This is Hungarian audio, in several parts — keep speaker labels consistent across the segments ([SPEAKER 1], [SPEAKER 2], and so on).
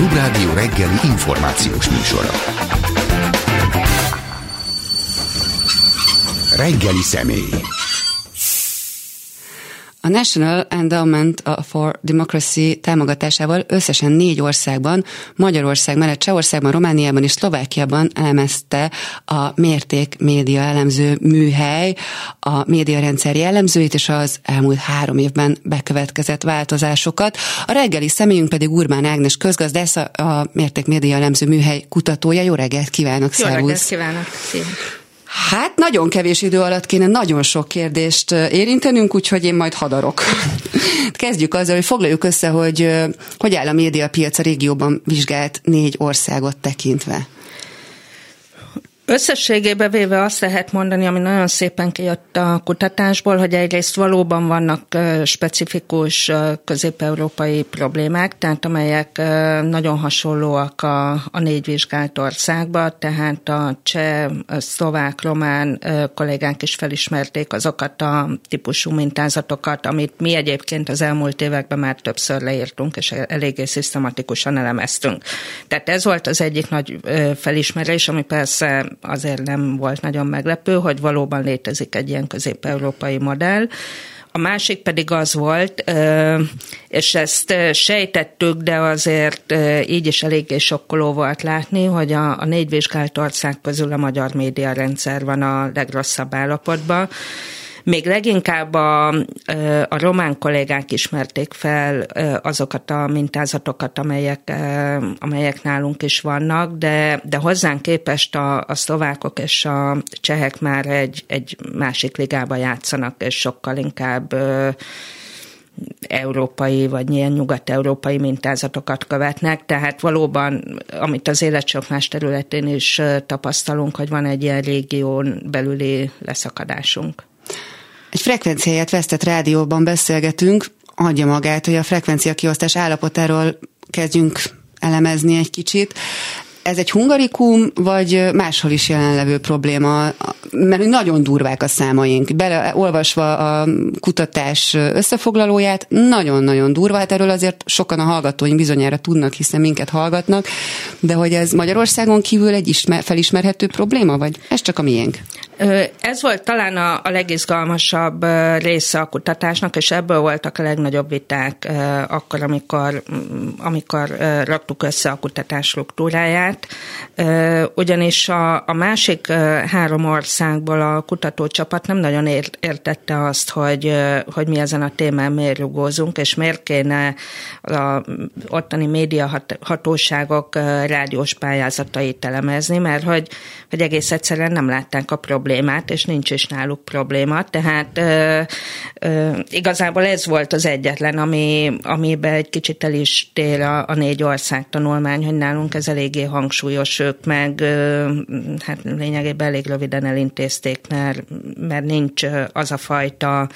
[SPEAKER 1] Klubrádió reggeli információs műsora. Reggeli személy.
[SPEAKER 2] A National Endowment for Democracy támogatásával összesen 4 országban, Magyarország mellett Csehországban, Romániában és Szlovákiában elemezte a Mérték média elemző műhely a médiarendszer jellemzőit és az elmúlt 3 évben bekövetkezett változásokat. A reggeli személyünk pedig Urbán Ágnes közgazdász, a Mérték média elemző műhely kutatója. Jó reggelt kívánok,
[SPEAKER 3] szervusz! Jó reggelt
[SPEAKER 2] kívánok! Hát nagyon kevés idő alatt kéne nagyon sok kérdést érintenünk, úgyhogy én majd hadarok. Kezdjük azzal, hogy foglaljuk össze, hogy áll a médiapiac a régióban vizsgált 4 országot tekintve.
[SPEAKER 3] Összességében véve azt lehet mondani, ami nagyon szépen kijött a kutatásból, hogy egyrészt valóban vannak specifikus közép-európai problémák, tehát amelyek nagyon hasonlóak a 4 vizsgált országban, tehát a cseh, szlovák, román kollégánk is felismerték azokat a típusú mintázatokat, amit mi egyébként az elmúlt években már többször leírtunk, és eléggé szisztematikusan elemeztünk. Tehát ez volt az egyik nagy felismerés, ami persze azért nem volt nagyon meglepő, hogy valóban létezik egy ilyen közép-európai modell. A másik pedig az volt, és ezt sejtettük, de azért így is eléggé sokkoló volt látni, hogy a 4 vizsgált ország közül a magyar médiarendszer van a legrosszabb állapotban. Még leginkább a román kollégák ismerték fel azokat a mintázatokat, amelyek nálunk is vannak, de hozzánk képest a szlovákok és a csehek már egy másik ligában játszanak, és sokkal inkább európai vagy ilyen nyugat-európai mintázatokat követnek, tehát valóban, amit az élet sok más területén is tapasztalunk, hogy van egy ilyen régión belüli leszakadásunk.
[SPEAKER 2] Egy frekvenciáját vesztett rádióban beszélgetünk, adja magát, hogy a frekvenciakiosztás állapotáról kezdjünk elemezni egy kicsit. Ez egy hungarikum, vagy máshol is jelenlevő probléma? Mert nagyon durvák a számaink. Beleolvasva a kutatás összefoglalóját, nagyon-nagyon durva. Hát erről azért sokan a hallgatóink bizonyára tudnak, hiszen minket hallgatnak, de hogy ez Magyarországon kívül egy felismerhető probléma, vagy ez csak a miénk?
[SPEAKER 3] Ez volt talán a legizgalmasabb része a kutatásnak, és ebből voltak a legnagyobb viták akkor, amikor raktuk össze a kutatás struktúráját. Ugyanis a másik 3 országból a kutatócsapat nem nagyon értette azt, hogy mi ezen a témán miért rugózunk, és miért kéne az ottani médiahatóságok rádiós pályázatait elemezni, mert hogy egész egyszerűen nem látták a problémát, és nincs is náluk probléma. Tehát igazából ez volt az egyetlen, amiben egy kicsit el is tér a 4 ország tanulmány, hogy nálunk ez eléggé hangsúlyos, ők meg hát lényegében elég röviden elintézték, mert nincs az a fajta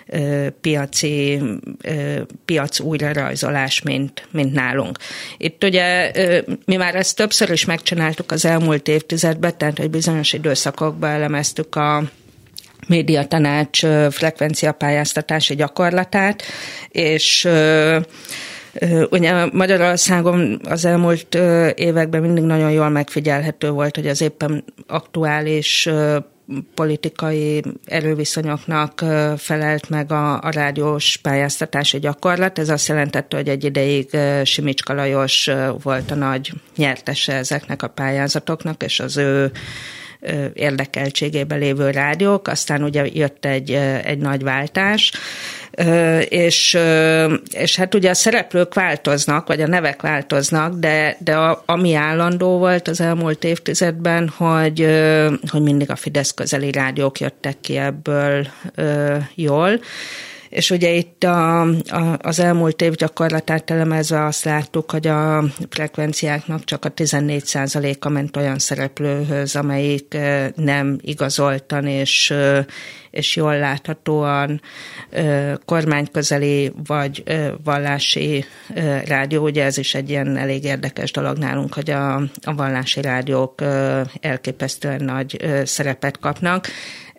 [SPEAKER 3] piac újrarajzolás, mint nálunk. Itt ugye mi már ezt többször is megcsináltuk az elmúlt évtizedben, tehát hogy bizonyos időszakokban elemeztük a médiatanács frekvenciapályáztatási gyakorlatát, és ugye Magyarországon az elmúlt években mindig nagyon jól megfigyelhető volt, hogy az éppen aktuális politikai erőviszonyoknak felelt meg a rádiós pályáztatási gyakorlat. Ez azt jelentette, hogy egy ideig Simicska Lajos volt a nagy nyertese ezeknek a pályázatoknak, és az ő érdekeltségében lévő rádiók. Aztán ugye jött egy nagy váltás, és hát ugye a szereplők változnak, vagy a nevek változnak, de ami állandó volt az elmúlt évtizedben, hogy mindig a Fidesz közeli rádiók jöttek ki ebből jól. És ugye itt az elmúlt év gyakorlatát elemezve azt láttuk, hogy a frekvenciáknak csak a 14%-a ment olyan szereplőhöz, amelyik nem igazoltan és jól láthatóan kormányközeli vagy vallási rádió. Ugye ez is egy ilyen elég érdekes dolog nálunk, hogy a vallási rádiók elképesztően nagy szerepet kapnak.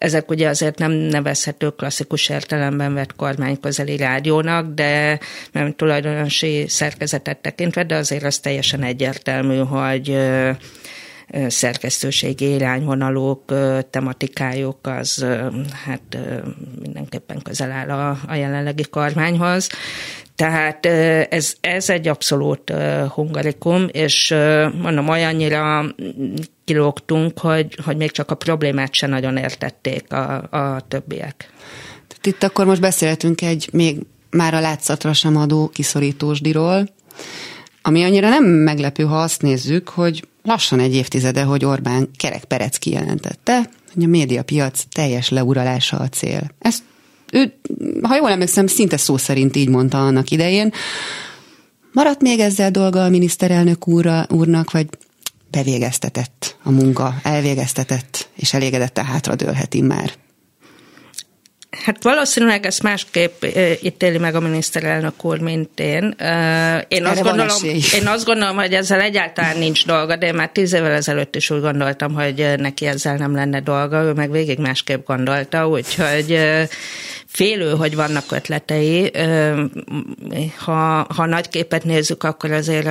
[SPEAKER 3] ezek ugye azért nem nevezhető klasszikus értelemben vett kormányközeli rádiónak, de nem tulajdonosi szerkezetet tekintve, de azért az teljesen egyértelmű, hogy szerkesztőségi irányvonaluk, tematikájuk az hát mindenképpen közel áll a jelenlegi kormányhoz. Tehát ez egy abszolút hungarikum, és mondom, olyannyira kilógtunk, hogy még csak a problémát se nagyon értették a többiek.
[SPEAKER 2] Tehát itt akkor most beszélhetünk egy még már a látszatra sem adó kiszorítósdiról, ami annyira nem meglepő, ha azt nézzük, hogy lassan egy évtizede, hogy Orbán Kerek-Perec kijelentette, hogy a médiapiac teljes leuralása a cél. Ezt ő, ha jól emlékszem, szinte szó szerint így mondta annak idején. Maradt még ezzel dolga a miniszterelnök úrnak, vagy bevégeztetett a munka, elvégeztetett, és elégedette hátradőlhet immár?
[SPEAKER 3] Hát valószínűleg ezt másképp ítéli meg a miniszterelnök úr, mint én. Én azt gondolom, hogy ezzel egyáltalán nincs dolga, de én már 10 évvel ezelőtt is úgy gondoltam, hogy neki ezzel nem lenne dolga, ő meg végig másképp gondolta, úgyhogy félő, hogy vannak ötletei. Ha nagy képet nézzük, akkor azért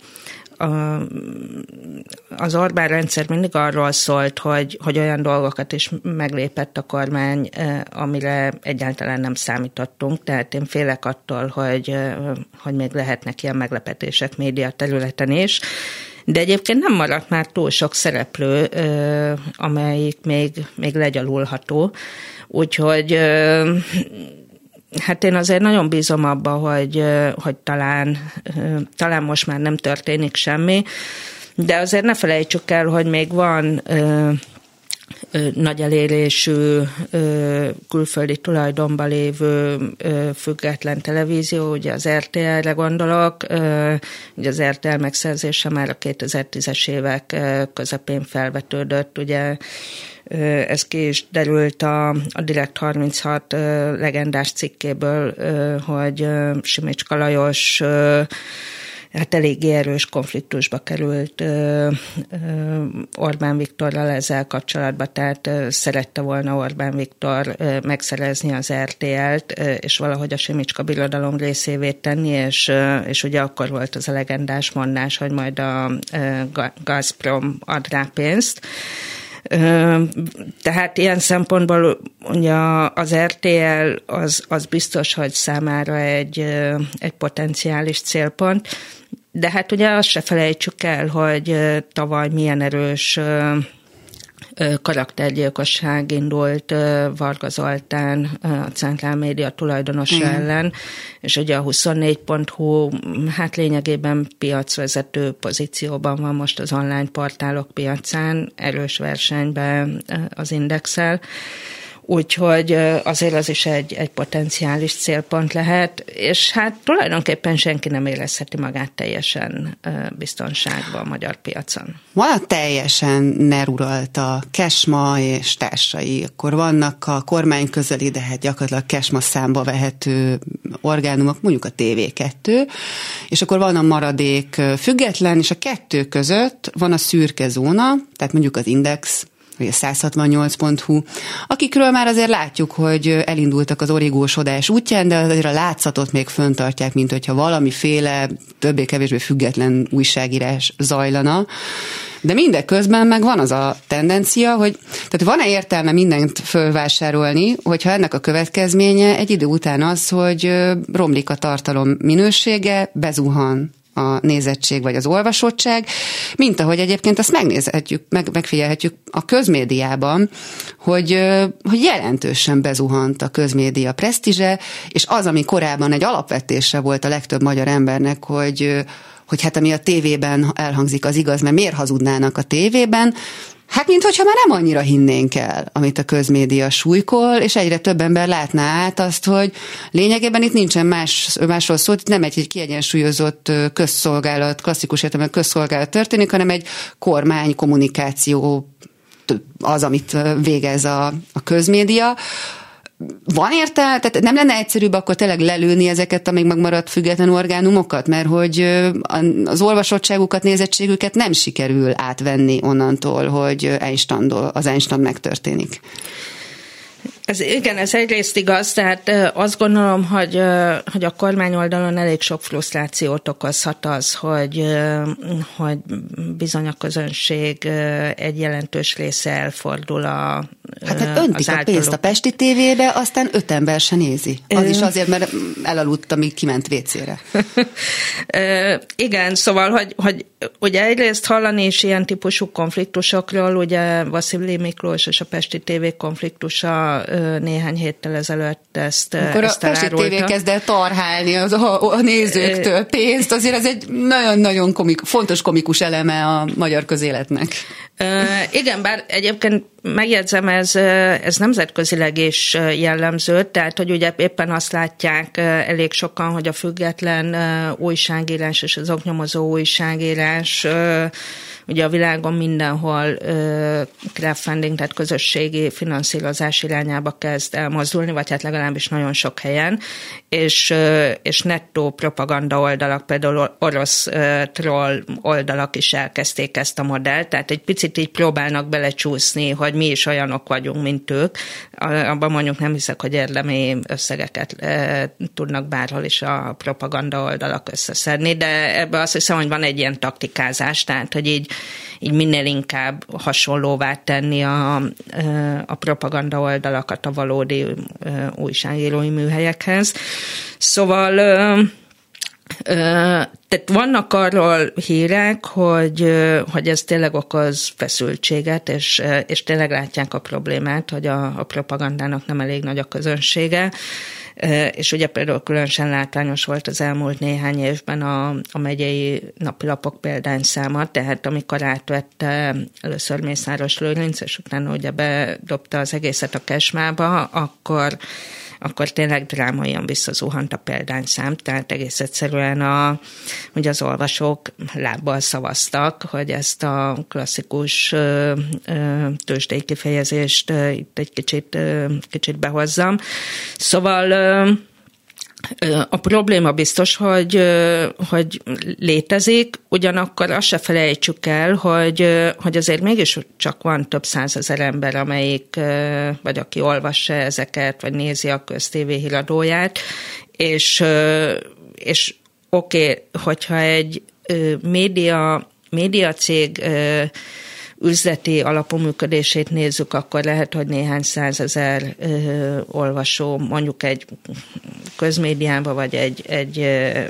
[SPEAKER 3] az Orbán rendszer mindig arról szólt, hogy olyan dolgokat is meglépett a kormány, amire egyáltalán nem számítottunk, tehát én félek attól, hogy még lehetnek ilyen meglepetések média területen is. De egyébként nem maradt már túl sok szereplő, amelyik még legyalulható. Úgyhogy hát én azért nagyon bízom abba, hogy talán most már nem történik semmi, de azért ne felejtsük el, hogy még van nagy elérésű, külföldi tulajdonban lévő független televízió, ugye az RTL-re gondolok, ugye az RTL megszerzése már a 2010-es évek közepén felvetődött, ugye ez ki is derült a Direkt 36 legendás cikkéből, hogy Simicska Lajos hát eléggé erős konfliktusba került Orbán Viktorral ezzel kapcsolatban, tehát szerette volna Orbán Viktor megszerezni az RTL-t, és valahogy a Simicska birodalom részévé tenni, és ugye akkor volt az a legendás mondás, hogy majd a Gazprom ad rá pénzt. Tehát ilyen szempontból ugye az RTL az biztos, hogy számára egy potenciális célpont, de hát ugye azt se felejtsük el, hogy tavaly milyen erős karaktergyilkosság indult Varga Zoltán, a Centrál Média tulajdonosa ellen, és ugye a 24.hu hát lényegében piacvezető pozícióban van most az online portálok piacán, erős versenyben az Indexel. Úgyhogy azért az is egy potenciális célpont lehet, és hát tulajdonképpen senki nem érezheti magát teljesen biztonságban a magyar piacon. Van
[SPEAKER 2] a teljesen NER uralta Kesma és társai, akkor vannak a kormány közeli, de hát gyakorlatilag Kesma számba vehető orgánumok, mondjuk a TV2, és akkor van a maradék független, és a kettő között van a szürke zóna, tehát mondjuk az Index, vagy a 168.hu, akikről már azért látjuk, hogy elindultak az origósodás útján, de azért a látszatot még föntartják, mint hogyha valamiféle többé-kevésbé független újságírás zajlana. De mindeközben meg van az a tendencia, hogy tehát van-e értelme mindent fölvásárolni, hogyha ennek a következménye egy idő után az, hogy romlik a tartalom minősége, bezuhan a nézettség vagy az olvasottság, mint ahogy egyébként azt megnézhetjük, megfigyelhetjük a közmédiában, hogy jelentősen bezuhant a közmédia presztízse, és az, ami korábban egy alapvetése volt a legtöbb magyar embernek, hogy hát ami a tévében elhangzik, az igaz, mert miért hazudnának a tévében, hát minthogyha már nem annyira hinnénk el, amit a közmédia súlykol, és egyre több ember látná át azt, hogy lényegében itt nincsen másról szó, itt nem egy kiegyensúlyozott közszolgálat, klasszikus értelemben közszolgálat történik, hanem egy kormány kommunikáció az, amit végez a közmédia. Van értelme? Tehát nem lenne egyszerűbb akkor tényleg lelőni ezeket a még megmaradt független orgánumokat? Mert hogy az olvasottságukat, nézettségüket nem sikerül átvenni onnantól, hogy az Einstein megtörténik.
[SPEAKER 3] Ez egyrészt igaz, tehát azt gondolom, hogy a kormány oldalon elég sok frusztrációt okozhat az, hogy bizony a közönség egy jelentős része elfordul
[SPEAKER 2] öntik a pénzt a Pesti tévébe, aztán 5 ember se nézi. Az is azért, mert elaludt, amíg kiment vécére.
[SPEAKER 3] Igen, szóval, hogy ugye egyrészt hallani is ilyen típusú konfliktusokról, ugye Vasili Miklós és a Pesti TV konfliktusa néhány héttel ezelőtt ezt
[SPEAKER 2] akkor a Pesti TV kezd el tarhálni a nézőktől pénzt, azért ez egy nagyon-nagyon fontos komikus eleme a magyar közéletnek.
[SPEAKER 3] Igen, bár egyébként megjegyzem, ez nemzetközileg is jellemző, tehát hogy ugye éppen azt látják elég sokan, hogy a független újságírás és az oknyomozó újságírás ugye a világon mindenhol crowdfunding, tehát közösségi finanszírozás irányába kezd elmozdulni, vagy hát legalábbis nagyon sok helyen, és nettó propaganda oldalak, például orosz troll oldalak is elkezdték ezt a modellt, tehát egy picit így próbálnak belecsúszni, hogy mi is olyanok vagyunk, mint ők. Abban mondjuk nem hiszek, hogy érdemi összegeket tudnak bárhol is a propaganda oldalak összeszedni, de ebben azt hiszem, hogy van egy ilyen taktikázás, tehát hogy így minél inkább hasonlóvá tenni a propaganda oldalakat a valódi újságírói műhelyekhez. Szóval tehát vannak arról hírek, hogy ez tényleg okoz feszültséget, és tényleg látják a problémát, hogy a propagandának nem elég nagy a közönsége. És ugye például különösen látványos volt az elmúlt néhány évben a megyei napilapok példányszáma, tehát amikor átvette először Mészáros Lőrinc, és utána ugye bedobta az egészet a kesmába, akkor tényleg drámaian visszazuhant a példányszám, tehát egész egyszerűen ugye az olvasók lábbal szavaztak, hogy ezt a klasszikus tőzsdei kifejezést itt egy kicsit behozzam. Szóval a probléma biztos, hogy létezik, ugyanakkor azt se felejtsük el, hogy azért mégis csak van több 100 000 ember, amelyik, vagy aki olvassa ezeket, vagy nézi a köztévé híradóját, és oké, hogyha egy médiacég üzleti alapú működését nézzük, akkor lehet, hogy néhány 100 000 olvasó mondjuk egy közmédiába, vagy egy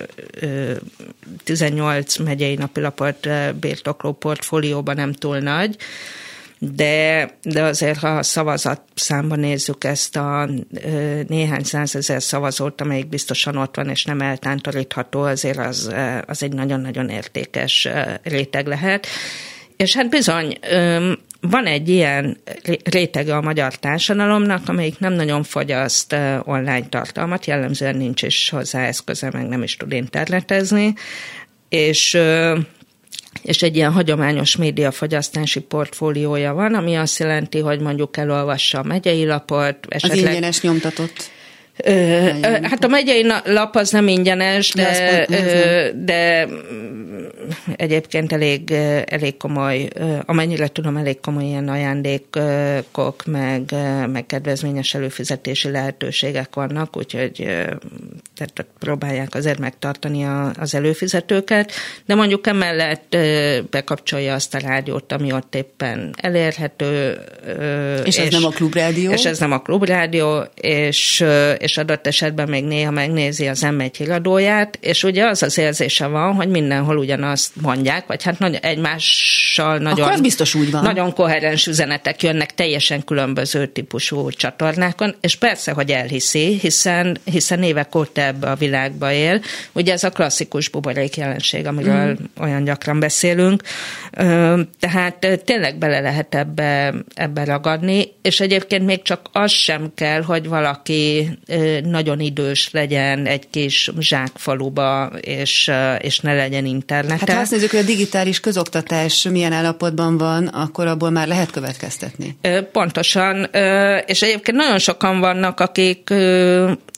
[SPEAKER 3] 18 megyei napilapot birtokló portfólióban nem túl nagy, de azért, ha a szavazatszámban nézzük ezt a néhány 100 000 szavazót, amelyik biztosan ott van, és nem eltántorítható, azért az egy nagyon-nagyon értékes réteg lehet. És hát bizony, van egy ilyen rétege a magyar társadalomnak, amelyik nem nagyon fogyaszt online tartalmat, jellemzően nincs is hozzá eszköze, meg nem is tud internetezni, és egy ilyen hagyományos médiafogyasztási portfóliója van, ami azt jelenti, hogy mondjuk elolvassa a megyei lapot.
[SPEAKER 2] Az ingyenes nyomtatott.
[SPEAKER 3] Hát a megyei lap az nem ingyenes, de egyébként elég komoly, amennyire tudom, elég komoly ilyen ajándékok, meg kedvezményes előfizetési lehetőségek vannak, úgyhogy tehát próbálják azért megtartani az előfizetőket, de mondjuk emellett bekapcsolja azt a rádiót, ami ott éppen elérhető.
[SPEAKER 2] És ez nem a Klubrádió?
[SPEAKER 3] És ez nem a Klubrádió, és adott esetben még néha megnézi az M1 híradóját, és ugye az érzése van, hogy mindenhol ugyanazt mondják, vagy hát egymással nagyon koherens üzenetek jönnek teljesen különböző típusú csatornákon, és persze, hogy elhiszi, hiszen évek óta ebbe a világba él. Ugye ez a klasszikus buborék jelenség, amiről olyan gyakran beszélünk. Tehát tényleg bele lehet ebbe ragadni, és egyébként még csak az sem kell, hogy valaki nagyon idős legyen egy kis zsákfaluba, és ne legyen internete.
[SPEAKER 2] Hát ha azt nézzük, hogy a digitális közoktatás milyen állapotban van, akkor abból már lehet következtetni.
[SPEAKER 3] Pontosan, és egyébként nagyon sokan vannak,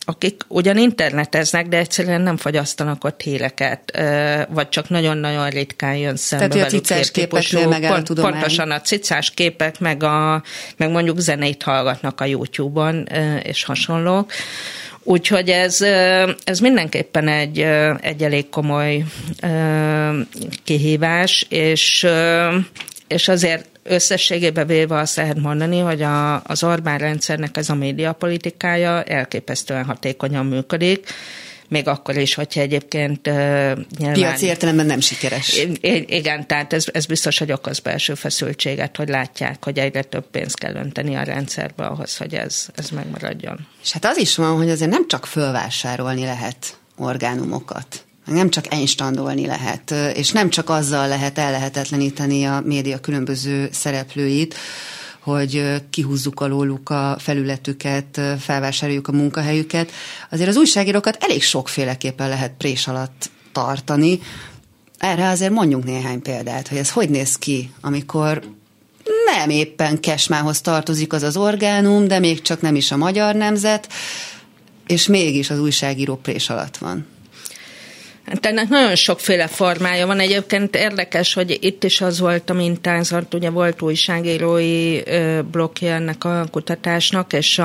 [SPEAKER 3] akik ugyan interneteznek, de egyszerűen nem fogyasztanak ott híreket, vagy csak nagyon-nagyon ritkán jön szembe.
[SPEAKER 2] Tehát, hogy a cicás képeknél megáll a tudomány.
[SPEAKER 3] Pontosan a cicás képek, meg mondjuk zenét hallgatnak a YouTube-on, és hasonlók. Úgyhogy ez mindenképpen egy elég komoly kihívás, és azért összességében véve azt lehet mondani, hogy az Orbán rendszernek ez a médiapolitikája elképesztően hatékonyan működik, még akkor is, hogyha egyébként nyilván...
[SPEAKER 2] Piaci értelemben nem sikeres.
[SPEAKER 3] Igen, tehát ez biztos, hogy okoz belső feszültséget, hogy látják, hogy egyre több pénzt kell önteni a rendszerbe ahhoz, hogy ez megmaradjon. És
[SPEAKER 2] hát az is van, hogy azért nem csak fölvásárolni lehet orgánumokat, nem csak einstandolni lehet, és nem csak azzal lehet ellehetetleníteni a média különböző szereplőit, hogy kihúzzuk alóluk a felületüket, felvásároljuk a munkahelyüket. Azért az újságírókat elég sokféleképpen lehet prés alatt tartani. Erre azért mondjunk néhány példát, hogy ez hogy néz ki, amikor nem éppen Kesmához tartozik az orgánum, de még csak nem is a Magyar Nemzet, és mégis az újságíró prés alatt van.
[SPEAKER 3] Hát ennek nagyon sokféle formája van. Egyébként érdekes, hogy itt is az volt a ugye volt újságírói blokkja ennek a kutatásnak, és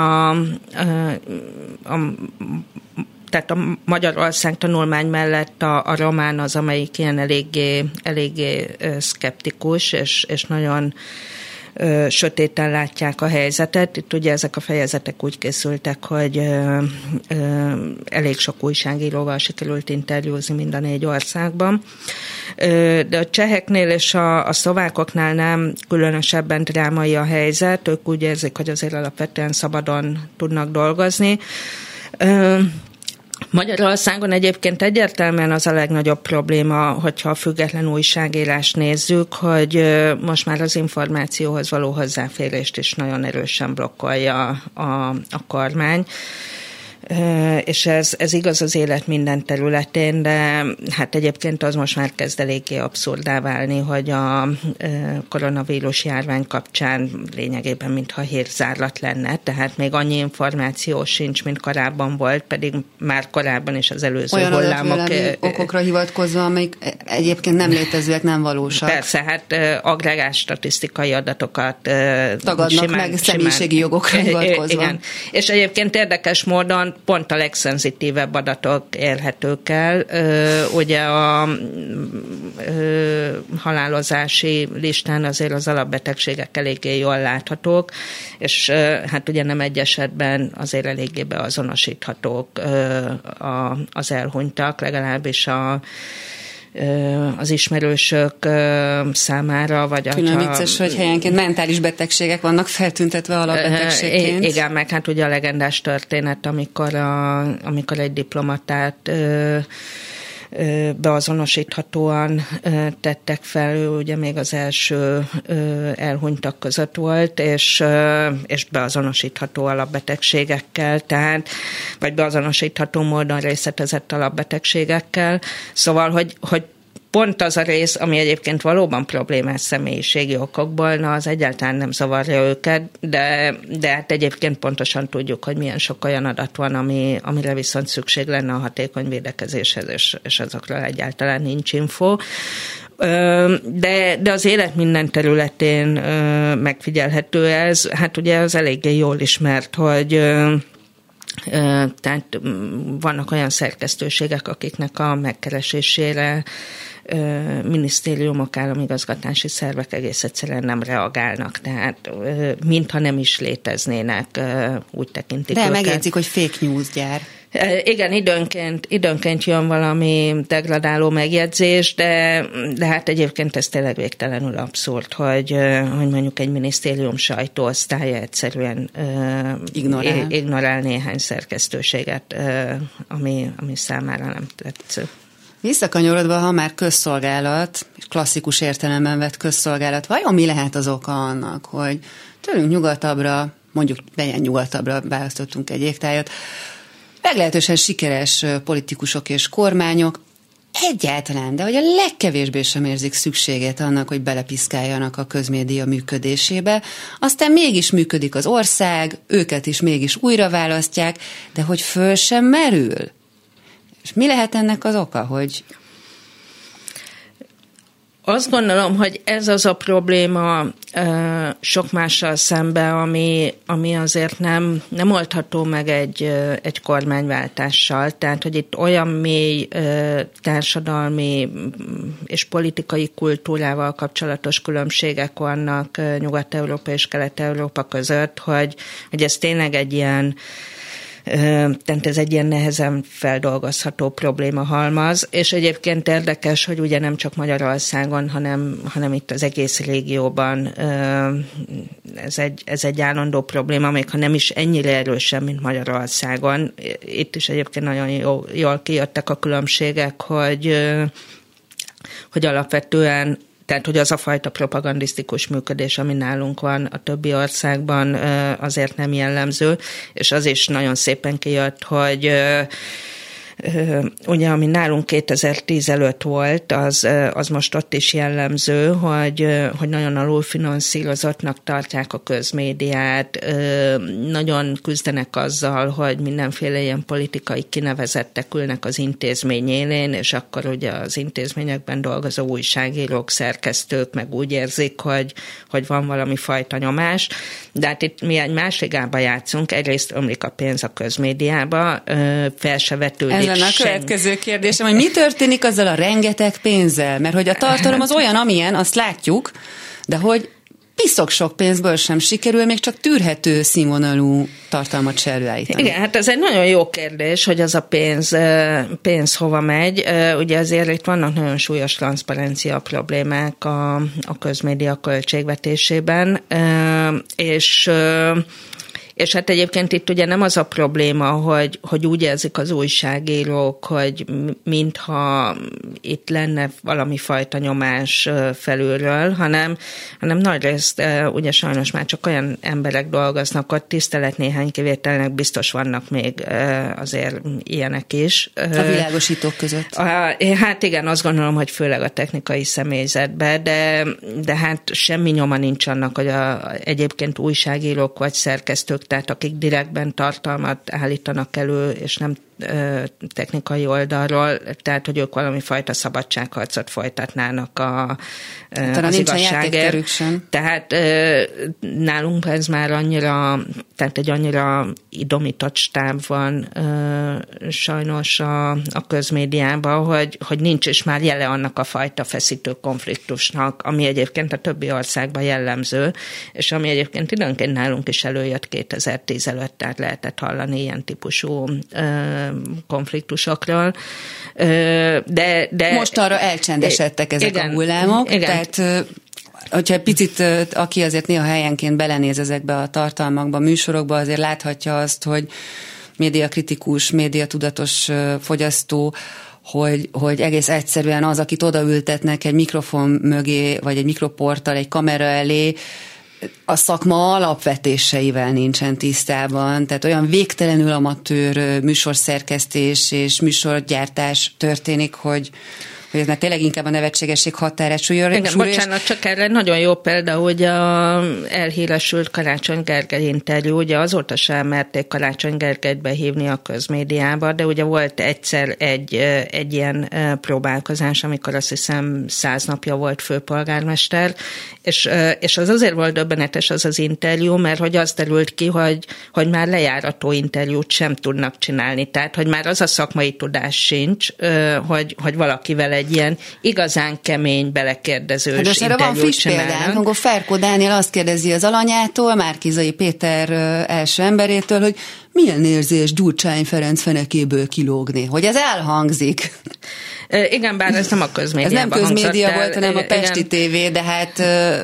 [SPEAKER 3] tehát a Magyarország tanulmány mellett a román az, amelyik ilyen eléggé szkeptikus, és nagyon sötéten látják a helyzetet. Itt ugye ezek a fejezetek úgy készültek, hogy elég sok újságíróval sikerült interjúzni mind a 4 országban. De a cseheknél és a szlovákoknál nem különösebben drámai a helyzet. Ők úgy érzik, hogy azért alapvetően szabadon tudnak dolgozni. Magyarországon egyébként egyértelműen az a legnagyobb probléma, hogyha a független újságírást nézzük, hogy most már az információhoz való hozzáférést is nagyon erősen blokkolja a kormány. És ez igaz az élet minden területén, de hát egyébként az most már kezd eléggé abszurdá válni, hogy a koronavírus járvány kapcsán lényegében mintha hírzárlat lenne, tehát még annyi információ sincs, mint korábban volt, pedig már korábban is az előző
[SPEAKER 2] olyan
[SPEAKER 3] hullámok...
[SPEAKER 2] okokra hivatkozva, amelyik egyébként nem létezőek, nem valósak.
[SPEAKER 3] Persze, hát agregált statisztikai adatokat
[SPEAKER 2] tagadnak meg személyiségi jogokra hivatkozva.
[SPEAKER 3] Igen. És egyébként érdekes módon pont a legszenzitívebb adatok érhetők el. Ugye a halálozási listán azért az alapbetegségek eléggé jól láthatók, és hát ugye nem egy esetben azért eléggé beazonosíthatók az elhunytak, legalábbis az ismerősök számára, vagy
[SPEAKER 2] külön vicces, hogy helyenként mentális betegségek vannak feltüntetve alapbetegségként.
[SPEAKER 3] Igen, meg hát ugye a legendás történet, amikor egy diplomatát beazonosíthatóan tettek fel, ő ugye még az első elhunytak között volt, és beazonosítható alapbetegségekkel, tehát, vagy beazonosítható módon részletezett alapbetegségekkel. Szóval, hogy pont az a rész, ami egyébként valóban problémás személyiségi okokból, az egyáltalán nem zavarja őket, de hát egyébként pontosan tudjuk, hogy milyen sok olyan adat van, amire viszont szükség lenne a hatékony védekezéshez, és azokról egyáltalán nincs info. De az élet minden területén megfigyelhető ez. Hát ugye az eléggé jól ismert, hogy tehát vannak olyan szerkesztőségek, akiknek a megkeresésére minisztériumok, államigazgatási szervek egész egyszerűen nem reagálnak, tehát mintha nem is léteznének, úgy tekintik
[SPEAKER 2] de
[SPEAKER 3] őket.
[SPEAKER 2] De megjegyzik, hogy fake news gyár.
[SPEAKER 3] Igen, időnként jön valami degradáló megjegyzés, de hát egyébként ez tényleg végtelenül abszurd, hogy mondjuk egy minisztérium sajtóosztálya egyszerűen ignorál néhány szerkesztőséget, ami számára nem tetsző.
[SPEAKER 2] Visszakanyarodva, ha már közszolgálat, klasszikus értelemben vett közszolgálat, vajon mi lehet az oka annak, hogy tőlünk nyugatabbra, mondjuk legyen nyugatabbra választottunk egy égtájat, meglehetősen sikeres politikusok és kormányok egyáltalán, de hogy a legkevésbé sem érzik szükséget annak, hogy belepiszkáljanak a közmédia működésébe. Aztán mégis működik az ország, őket is mégis újra választják, de hogy föl sem merül. És mi lehet ennek az oka, hogy...
[SPEAKER 3] Azt gondolom, hogy ez az a probléma sok mással szemben, ami azért nem oldható meg egy kormányváltással. Tehát, hogy itt olyan mély társadalmi és politikai kultúrával kapcsolatos különbségek vannak Nyugat-Európa és Kelet-Európa között, hogy ez tényleg egy ilyen tehát ez egy ilyen nehezen feldolgozható problémahalmaz, és egyébként érdekes, hogy ugye nem csak Magyarországon, hanem itt az egész régióban ez egy állandó probléma, még ha nem is ennyire erősen, mint Magyarországon. Itt is egyébként nagyon jól kijöttek a különbségek, hogy alapvetően, tehát, hogy az a fajta propagandisztikus működés, ami nálunk van a többi országban, azért nem jellemző, és az is nagyon szépen kijött, hogy ugye, ami nálunk 2010 előtt volt, az most ott is jellemző, hogy nagyon alulfinanszírozottnak tartják a közmédiát, nagyon küzdenek azzal, hogy mindenféle ilyen politikai kinevezettek ülnek az intézmény élén, és akkor ugye az intézményekben dolgozó újságírók, szerkesztők meg úgy érzik, hogy van valami fajta nyomás, de hát itt mi egy más ligába játszunk, egyrészt ömlik a pénz a közmédiába, fel se vetődik.
[SPEAKER 2] Ez lenne a következő kérdésem, hogy mi történik azzal a rengeteg pénzzel? Mert hogy a tartalom az olyan, amilyen, azt látjuk, de hogy piszok sok pénzből sem sikerül még csak tűrhető színvonalú tartalmat se előállítani.
[SPEAKER 3] Igen, hát ez egy nagyon jó kérdés, hogy az a pénz hova megy. Ugye azért itt vannak nagyon súlyos transzparencia problémák a közmédia költségvetésében, és hát egyébként itt ugye nem az a probléma, hogy úgy érzik az újságírók, hogy mintha itt lenne valami fajta nyomás felülről, hanem nagyrészt ugye sajnos már csak olyan emberek dolgoznak ott, tisztelet néhány kivételnek biztos vannak még azért ilyenek is.
[SPEAKER 2] A világosítók között.
[SPEAKER 3] Hát igen, azt gondolom, hogy főleg a technikai személyzetben, de hát semmi nyoma nincs annak, hogy egyébként újságírók vagy szerkesztők, tehát akik direktben tartalmat állítanak elő, és nem technikai oldalról, tehát hogy ők valami fajta szabadságharcot folytatnának az igazságért. Tehát nálunk ez már annyira, tehát egy annyira idomított stáb van sajnos a közmédiában, hogy nincs is már jele annak a fajta feszítő konfliktusnak, ami egyébként a többi országban jellemző, és ami egyébként időnként nálunk is előjött 2010 előtt, tehát lehetett hallani ilyen típusú konfliktusokról. De most
[SPEAKER 2] arra elcsendesedtek ezek a hullámok, igen. Tehát hogyha picit, aki azért néha helyenként belenéz ezekbe a tartalmakba, műsorokba, azért láthatja azt, hogy médiakritikus, médiatudatos fogyasztó, hogy egész egyszerűen az, akit odaültetnek egy mikrofon mögé, vagy egy mikroporttal, egy kamera elé, a szakma alapvetéseivel nincsen tisztában, tehát olyan végtelenül amatőr műsorszerkesztés és műsorgyártás történik, hogy ez már tényleg inkább a nevetségesség határát súlyol.
[SPEAKER 3] Igen, bocsánat, csak erre nagyon jó példa, hogy elhíresült Karácsony Gergely interjú, ugye azóta sem merték Karácsony Gergelyt behívni a közmédiába, de ugye volt egyszer egy ilyen próbálkozás, amikor azt hiszem 100 napja volt főpolgármester, és az azért volt döbbenetes az interjú, mert hogy az derült ki, hogy már lejárató interjút sem tudnak csinálni, tehát hogy már az a szakmai tudás sincs, hogy valakivel egy ilyen igazán kemény, belekérdezős interjút csinálnak.
[SPEAKER 2] Most erre van friss példánk, amikor Ferkó Dániel azt kérdezi az alanyától, Márki-Zay Péter első emberétől, hogy milyen érzés Gyurcsány Ferenc fenekéből kilógni, hogy ez elhangzik.
[SPEAKER 3] Igen, bár ez nem a közmédiában
[SPEAKER 2] hangzott. Ez nem közmédia volt, hanem a Pesti TV, de hát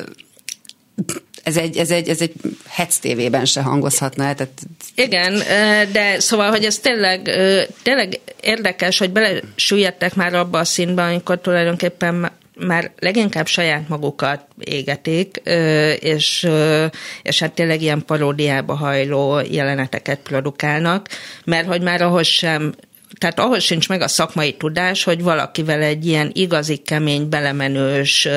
[SPEAKER 2] ez egy Hetz TV-ben se hangozhatna. Tehát...
[SPEAKER 3] Igen, de szóval, hogy ez tényleg érdekes, hogy belesüllyedtek már abba a színbe, amikor tulajdonképpen már leginkább saját magukat égetik, és hát tényleg ilyen paródiába hajló jeleneteket produkálnak, mert hogy már ahhoz sem tehát ahhoz sincs meg a szakmai tudás, hogy valakivel egy ilyen igazi, kemény, belemenős,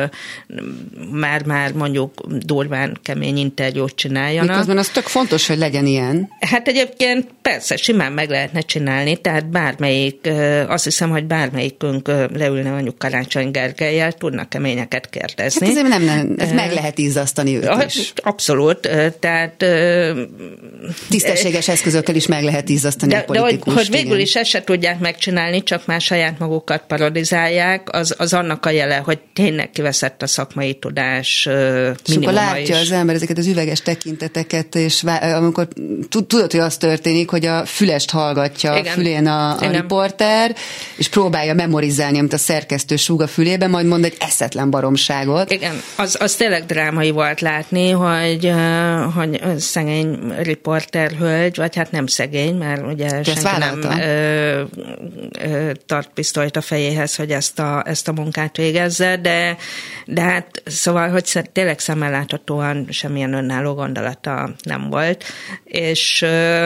[SPEAKER 3] már mondjuk durván kemény interjút csináljanak.
[SPEAKER 2] Miközben az tök fontos, hogy legyen ilyen.
[SPEAKER 3] Hát egyébként persze, simán meg lehetne csinálni, tehát bármelyik, azt hiszem, hogy bármelyikünk leülne mondjuk Karácsony Gergellyel, tudnak keményeket kérdezni.
[SPEAKER 2] Hát ezért nem, ez meg lehet izzasztani őt is.
[SPEAKER 3] Abszolút, tehát...
[SPEAKER 2] Tisztességes eszközökkel is meg lehet izzasztani a politikust.
[SPEAKER 3] De hogy végül is ezt se tudják megcsinálni, csak már saját magukat parodizálják, az annak a jele, hogy tényleg kiveszett a szakmai tudás
[SPEAKER 2] és akkor látja az ember ezeket az üveges tekinteteket, és amikor tudod, hogy az történik, hogy a fülest hallgatja a fülén a riporter, és próbálja memorizálni, amit a szerkesztő súg a fülébe, majd mond egy eszetlen baromságot.
[SPEAKER 3] Igen, az tényleg drámai volt látni, hogy szegény riporterhölgy, vagy hát nem szegény, mert ugye senki nem tart pisztolyt a fejéhez, hogy ezt a munkát végezze, de hát szóval, hogy tényleg szemmel láthatóan semmilyen önálló gondolata nem volt, és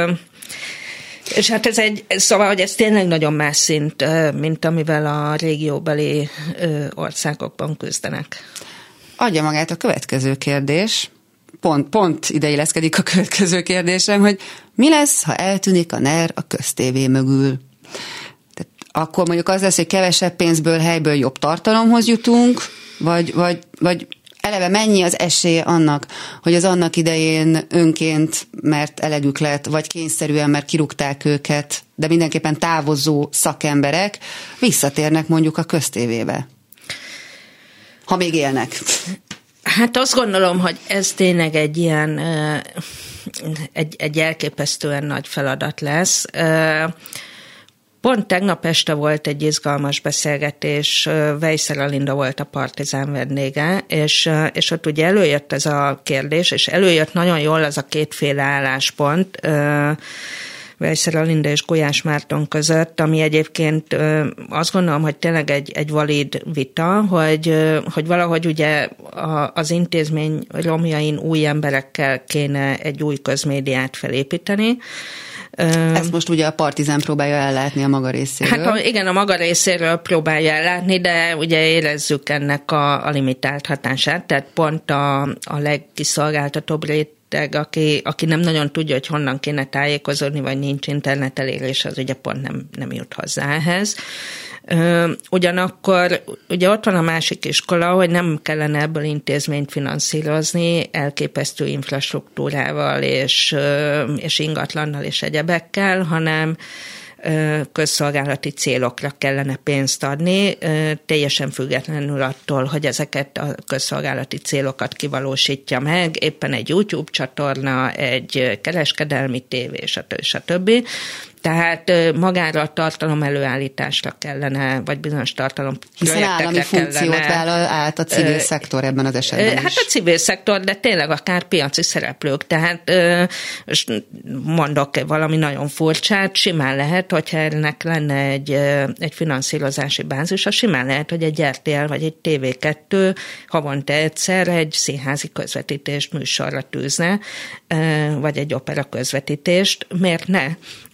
[SPEAKER 3] hát szóval, hogy ez tényleg nagyon más szint, mint amivel a régióbeli országokban küzdenek.
[SPEAKER 2] Adja magát a következő kérdés. Pont ide illeszkedik a következő kérdésem, hogy mi lesz, ha eltűnik a NER a köztévé mögül? Tehát akkor mondjuk az lesz, hogy kevesebb pénzből, helyből jobb tartalomhoz jutunk, vagy eleve mennyi az esélye annak, hogy az annak idején önként, mert elegük lett, vagy kényszerűen, mert kirúgták őket, de mindenképpen távozó szakemberek visszatérnek mondjuk a köztévébe? Ha még élnek.
[SPEAKER 3] Hát azt gondolom, hogy ez tényleg egy ilyen, egy elképesztően nagy feladat lesz. Pont tegnap este volt egy izgalmas beszélgetés, Weisser Alinda volt a Partizán vendége, és ott ugye előjött ez a kérdés, és előjött nagyon jól az a kétféle álláspont, Weisser Alinda és Gulyás Márton között, ami egyébként azt gondolom, hogy tényleg egy valid vita, hogy valahogy ugye az intézmény romjain új emberekkel kéne egy új közmédiát felépíteni.
[SPEAKER 2] Ezt most ugye a Partizán próbálja ellátni a maga részéről. Hát
[SPEAKER 3] igen, a maga részéről próbálja ellátni, de ugye érezzük ennek a limitált hatását, tehát pont a legkiszolgáltatóbb aki nem nagyon tudja, hogy honnan kéne tájékozódni, vagy nincs internet elérés, az ugye pont nem jut hozzá ehhez. Ugyanakkor ugye ott van a másik iskola, hogy nem kellene ebből intézményt finanszírozni elképesztő infrastruktúrával és ingatlannal és egyebekkel, hanem közszolgálati célokra kellene pénzt adni, teljesen függetlenül attól, hogy ezeket a közszolgálati célokat kivalósítja meg, éppen egy YouTube csatorna, egy kereskedelmi tévé, stb. Tehát magára a tartalom előállításra kellene, vagy bizonyos tartalom projektekre kellene.
[SPEAKER 2] Hiszen állami funkciót vállal át a civil szektor ebben az esetben is.
[SPEAKER 3] Hát a civil szektor, de tényleg akár piaci szereplők. Tehát mondok valami nagyon furcsát, simán lehet, hogyha ennek lenne egy finanszírozási bázis, simán lehet, hogy egy RTL vagy egy TV2 havonta egyszer egy színházi közvetítést műsorra tűzne, vagy egy opera közvetítést. Miért ne?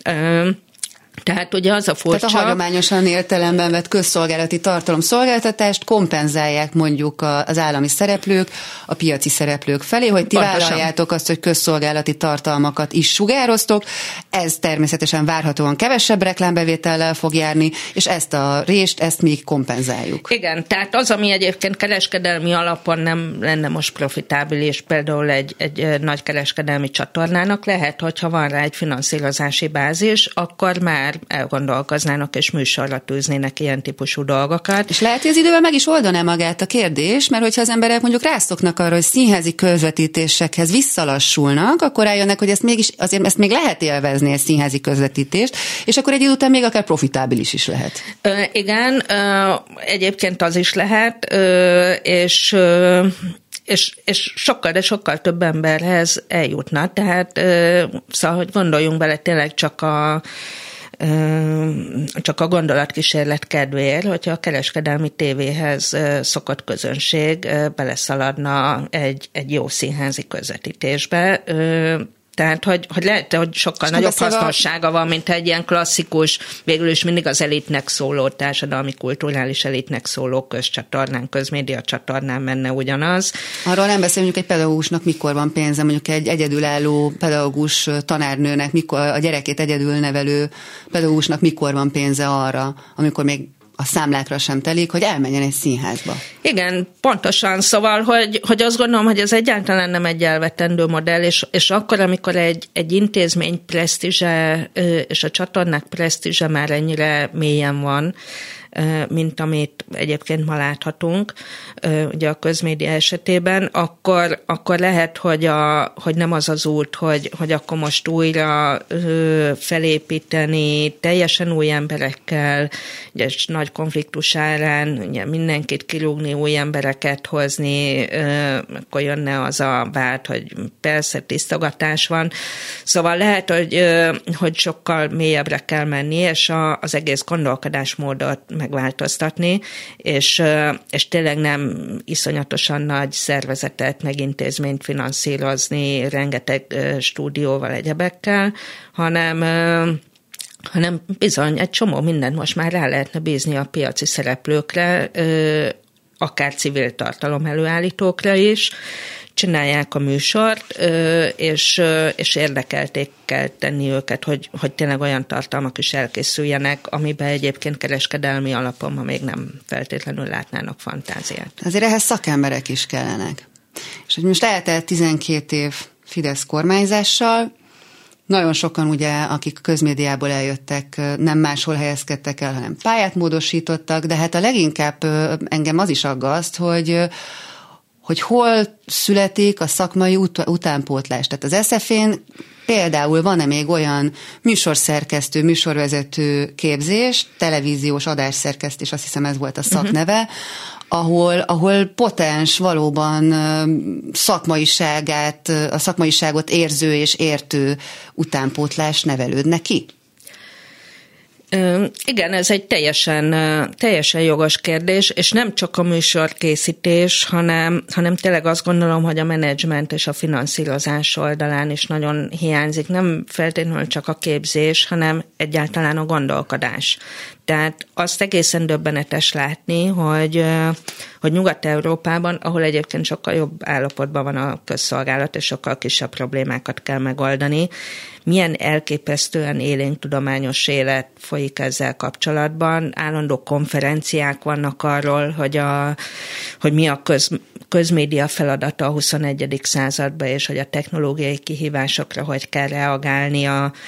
[SPEAKER 3] Tehát ugye az a furcsa...
[SPEAKER 2] Tehát a hagyományosan értelemben vett közszolgálati tartalomszolgáltatást kompenzálják mondjuk az állami szereplők a piaci szereplők felé, hogy ti vállaljátok azt, hogy közszolgálati tartalmakat is sugároztok, ez természetesen várhatóan kevesebb reklámbevétellel fog járni, és ezt a rést, ezt még kompenzáljuk.
[SPEAKER 3] Igen, tehát az, ami egyébként kereskedelmi alapon nem lenne most profitábilis, például egy nagy kereskedelmi csatornának lehet, hogyha van rá egy finanszírozási bázis, akkor már elgondolkoznának és műsorra tűznének ilyen típusú dolgokat.
[SPEAKER 2] És lehet, hogy az idővel meg is oldaná magát a kérdés, mert hogyha az emberek mondjuk rászoknak arra, hogy színházi közvetítésekhez visszalassulnak, akkor rájönnek, hogy ezt mégis, azért ezt még lehet élvezni, egy színházi közvetítést, és akkor egy idő után még akár profitábilis is lehet. Igen,
[SPEAKER 3] egyébként az is lehet, és sokkal, de sokkal több emberhez eljutna. Tehát szóval, hogy gondoljunk bele tényleg csak a gondolatkísérlet kedvéért, hogyha a kereskedelmi tévéhez szokott közönség beleszaladna egy jó színházi közvetítésbe, Tehát, hogy lehet, hogy sokkal nagyobb hasznossága van, mint egy ilyen klasszikus, végül is mindig az elitnek szóló, társadalmi, kulturális elitnek szóló közcsatornán, közmédia csatornán menne ugyanaz.
[SPEAKER 2] Arról nem beszélünk, egy pedagógusnak mikor van pénze, mondjuk egy egyedülálló pedagógus tanárnőnek, mikor a gyerekét egyedül nevelő pedagógusnak mikor van pénze arra, amikor még a számlákra sem telik, hogy elmenjen egy színházba.
[SPEAKER 3] Igen, pontosan. Szóval, hogy azt gondolom, hogy ez egyáltalán nem egy elvetendő modell, és akkor, amikor egy intézmény presztízse és a csatornák presztízse már ennyire mélyen van, mint amit egyébként ma láthatunk, ugye a közmédia esetében, akkor lehet, hogy nem az az út, hogy akkor most újra felépíteni teljesen új emberekkel, ugye nagy konfliktus árán, ugye mindenkit kirúgni, új embereket hozni, akkor jönne az a vád, hogy persze tisztogatás van. Szóval lehet, hogy sokkal mélyebbre kell menni, és az egész gondolkodásmódot megváltoztatni, és tényleg nem iszonyatosan nagy szervezetet, meg intézményt finanszírozni, rengeteg stúdióval, egyebekkel, hanem bizony egy csomó mindent most már rá lehetne bízni a piaci szereplőkre, akár civil tartalom előállítókra is, csinálják a műsort, és érdekelték kell tenni őket, hogy tényleg olyan tartalmak is elkészüljenek, amiben egyébként kereskedelmi alapon ma még nem feltétlenül látnának fantáziát.
[SPEAKER 2] Azért ehhez szakemberek is kellenek. És hogy most eltelt 12 év Fidesz kormányzással, nagyon sokan ugye, akik közmédiából eljöttek, nem máshol helyezkedtek el, hanem pályát módosítottak, de hát a leginkább engem az is aggaszt, hogy hol születik a szakmai utánpótlás. Tehát az SZF-én például van-e még olyan műsorszerkesztő, műsorvezető képzés, televíziós adásszerkesztés, azt hiszem ez volt a szakneve, ahol potens, valóban a szakmaiságot érző és értő utánpótlás nevelődne ki?
[SPEAKER 3] Igen, ez egy teljesen jogos kérdés, és nem csak a műsorkészítés, hanem tényleg azt gondolom, hogy a menedzsment és a finanszírozás oldalán is nagyon hiányzik. Nem feltétlenül csak a képzés, hanem egyáltalán a gondolkodás. Tehát azt egészen döbbenetes látni, hogy Nyugat-Európában, ahol egyébként sokkal jobb állapotban van a közszolgálat, és sokkal kisebb problémákat kell megoldani, milyen elképesztően élénk tudományos élet folyik ezzel kapcsolatban. Állandó konferenciák vannak arról, hogy mi a közmédia feladata a 21. században, és hogy a technológiai kihívásokra hogy kell reagálni,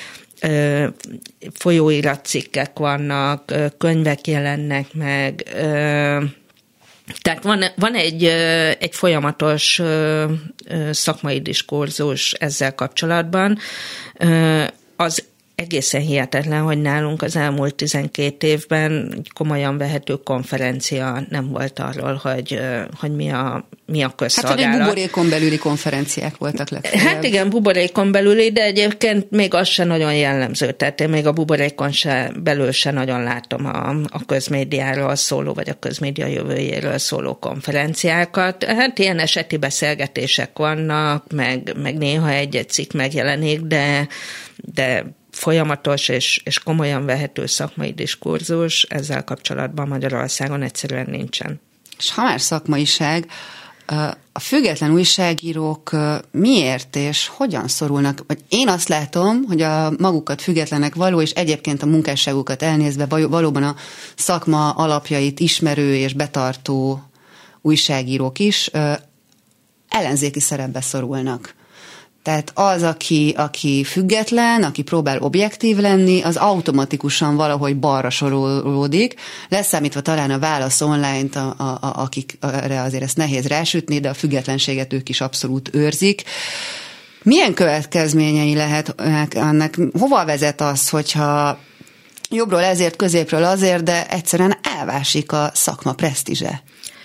[SPEAKER 3] folyóiratcikkek vannak, könyvek jelennek meg, tehát van egy folyamatos szakmai diskurzus ezzel kapcsolatban. Az egészen hihetetlen, hogy nálunk az elmúlt 12 évben egy komolyan vehető konferencia nem volt arról, hogy mi a közszolgálat.
[SPEAKER 2] Hát, hogy egy buborékon belüli konferenciák voltak legfeljebb.
[SPEAKER 3] Hát igen, buborékon belüli, de egyébként még az se nagyon jellemző. Tehát én még a buborékon belül se nagyon látom a közmédiáról szóló, vagy a közmédia jövőjéről szóló konferenciákat. Hát ilyen eseti beszélgetések vannak, meg néha egy cikk megjelenik, de folyamatos és komolyan vehető szakmai diskurzus ezzel kapcsolatban Magyarországon egyszerűen nincsen.
[SPEAKER 2] És ha már szakmaiság, a független újságírók miért és hogyan szorulnak? Vagy én azt látom, hogy a magukat függetlenek való, és egyébként a munkásságukat elnézve valóban a szakma alapjait ismerő és betartó újságírók is ellenzéki szerepbe szorulnak. Tehát az, aki független, aki próbál objektív lenni, az automatikusan valahogy balra sorolódik, leszámítva talán a Válasz Online-t, akikre azért ezt nehéz rásütni, de a függetlenséget ők is abszolút őrzik. Milyen következményei lehet ennek? Hova vezet az, hogyha jobbról ezért, középről azért, de egyszerűen elvásik a szakma presztízse?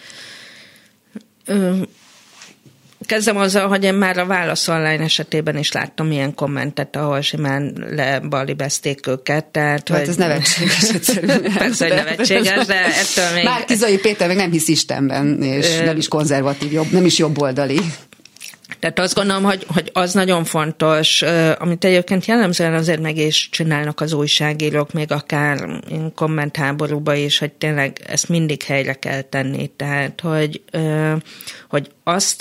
[SPEAKER 3] Kezdem azzal, hogy én már a Válasz Online esetében is láttam ilyen kommentet, ahol simán lebalibezték őket. Tehát,
[SPEAKER 2] ez nevetséges egyszerűen.
[SPEAKER 3] Persze, hogy nevetséges, de ettől még...
[SPEAKER 2] Márki-Zay Péter meg nem hisz Istenben, és nem is konzervatív, nem is jobboldali.
[SPEAKER 3] Tehát azt gondolom, hogy az nagyon fontos, amit egyébként jellemzően azért meg is csinálnak az újságírók, még akár kommentháborúba is, hogy tényleg ezt mindig helyre kell tenni. Tehát, hogy